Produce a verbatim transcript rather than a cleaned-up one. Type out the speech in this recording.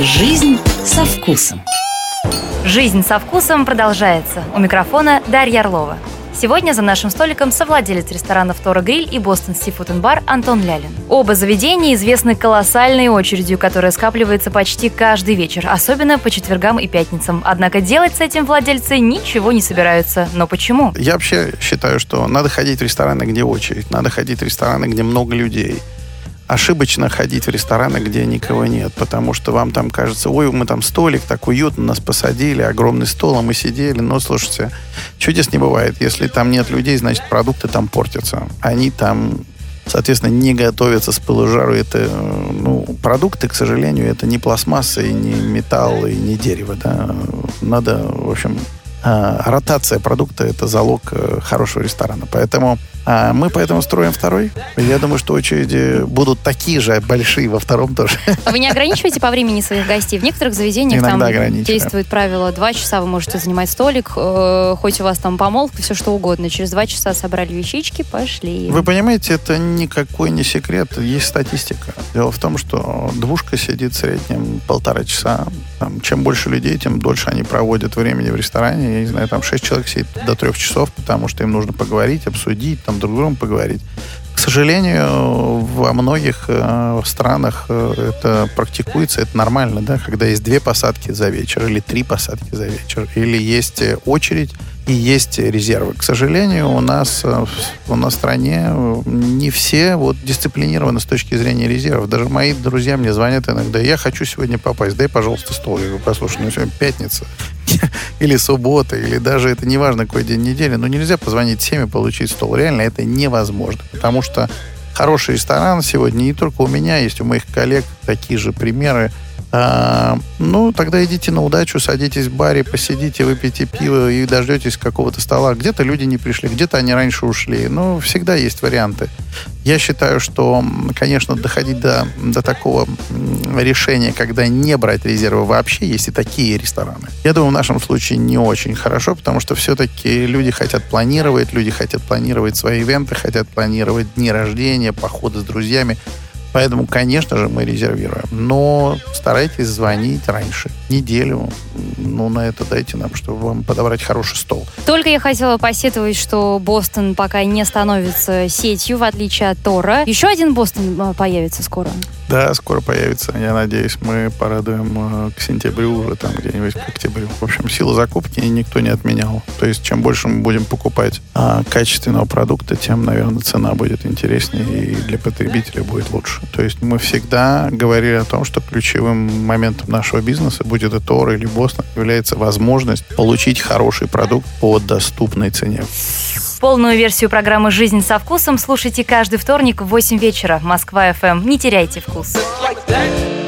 Жизнь со вкусом. Жизнь со вкусом продолжается. У микрофона Дарья Орлова. Сегодня за нашим столиком совладелец ресторанов «Тора Гриль» и «Бостон Сифуд энд Бар» Антон Лялин. Оба заведения известны колоссальной очередью, которая скапливается почти каждый вечер, особенно по четвергам и пятницам. Однако делать с этим владельцы ничего не собираются. Но почему? Я вообще считаю, что надо ходить в рестораны, где очередь, надо ходить в рестораны, где много людей. Ошибочно ходить в рестораны, где никого нет, потому что вам там кажется, ой, мы там столик, так уютно, нас посадили, огромный стол, а мы сидели. Но, слушайте, чудес не бывает. Если там нет людей, значит, продукты там портятся. Они там, соответственно, не готовятся с пылу жару. Это, ну, продукты, к сожалению, это не пластмасса, и не металл, и не дерево, да. Надо, в общем... Ротация продукта – это залог хорошего ресторана. Поэтому а, мы поэтому строим второй. Я думаю, что очереди будут такие же большие во втором тоже. А вы не ограничиваете по времени своих гостей? В некоторых заведениях там действует правило: два часа вы можете занимать столик, э, хоть у вас там помолвка, все что угодно. Через два часа собрали вещички, пошли. Вы понимаете, это никакой не секрет. Есть статистика. Дело в том, что двушка сидит в среднем полтора часа. Там, чем больше людей, тем дольше они проводят времени в ресторане. Я не знаю, там шесть человек сидит до трех часов, потому что им нужно поговорить, обсудить, там друг с другом поговорить. К сожалению, во многих э, странах э, это практикуется, это нормально, да, когда есть две посадки за вечер, или три посадки за вечер, или есть очередь и есть резервы. К сожалению, у нас, э, у нас в стране не все вот дисциплинированы с точки зрения резервов. Даже мои друзья мне звонят иногда: я хочу сегодня попасть, дай, пожалуйста, стол. Я говорю: послушай, ну сегодня пятница, или суббота, или даже это неважно какой день недели, но нельзя позвонить всем и получить стол. Реально это невозможно, потому что хороший ресторан сегодня не только у меня, есть у моих коллег такие же примеры. А, ну, тогда идите на удачу, садитесь в баре, посидите, выпейте пиво и дождетесь какого-то стола. Где-то люди не пришли, где-то они раньше ушли. Ну, всегда есть варианты. Я считаю, что, конечно, доходить до, до такого решения, когда не брать резервы вообще, есть и такие рестораны. Я думаю, в нашем случае не очень хорошо, потому что все-таки люди хотят планировать, люди хотят планировать свои ивенты, хотят планировать дни рождения, походы с друзьями. Поэтому, конечно же, мы резервируем. Но старайтесь звонить раньше. Неделю. Ну, на это дайте нам, чтобы вам подобрать хороший стол. Только я хотела посетовать, что Бостон пока не становится сетью, в отличие от Тора. Еще один Бостон появится скоро. Да, скоро появится. Я надеюсь, мы порадуем к сентябрю уже, там где-нибудь к октябрю. В общем, силу закупки никто не отменял. То есть, чем больше мы будем покупать а, качественного продукта, тем, наверное, цена будет интереснее и для потребителя будет лучше. То есть, мы всегда говорили о том, что ключевым моментом нашего бизнеса, будь это Тор или Бостон, является возможность получить хороший продукт по доступной цене. Полную версию программы «Жизнь со вкусом» слушайте каждый вторник в восемь вечера. Москва эф эм. Не теряйте вкус.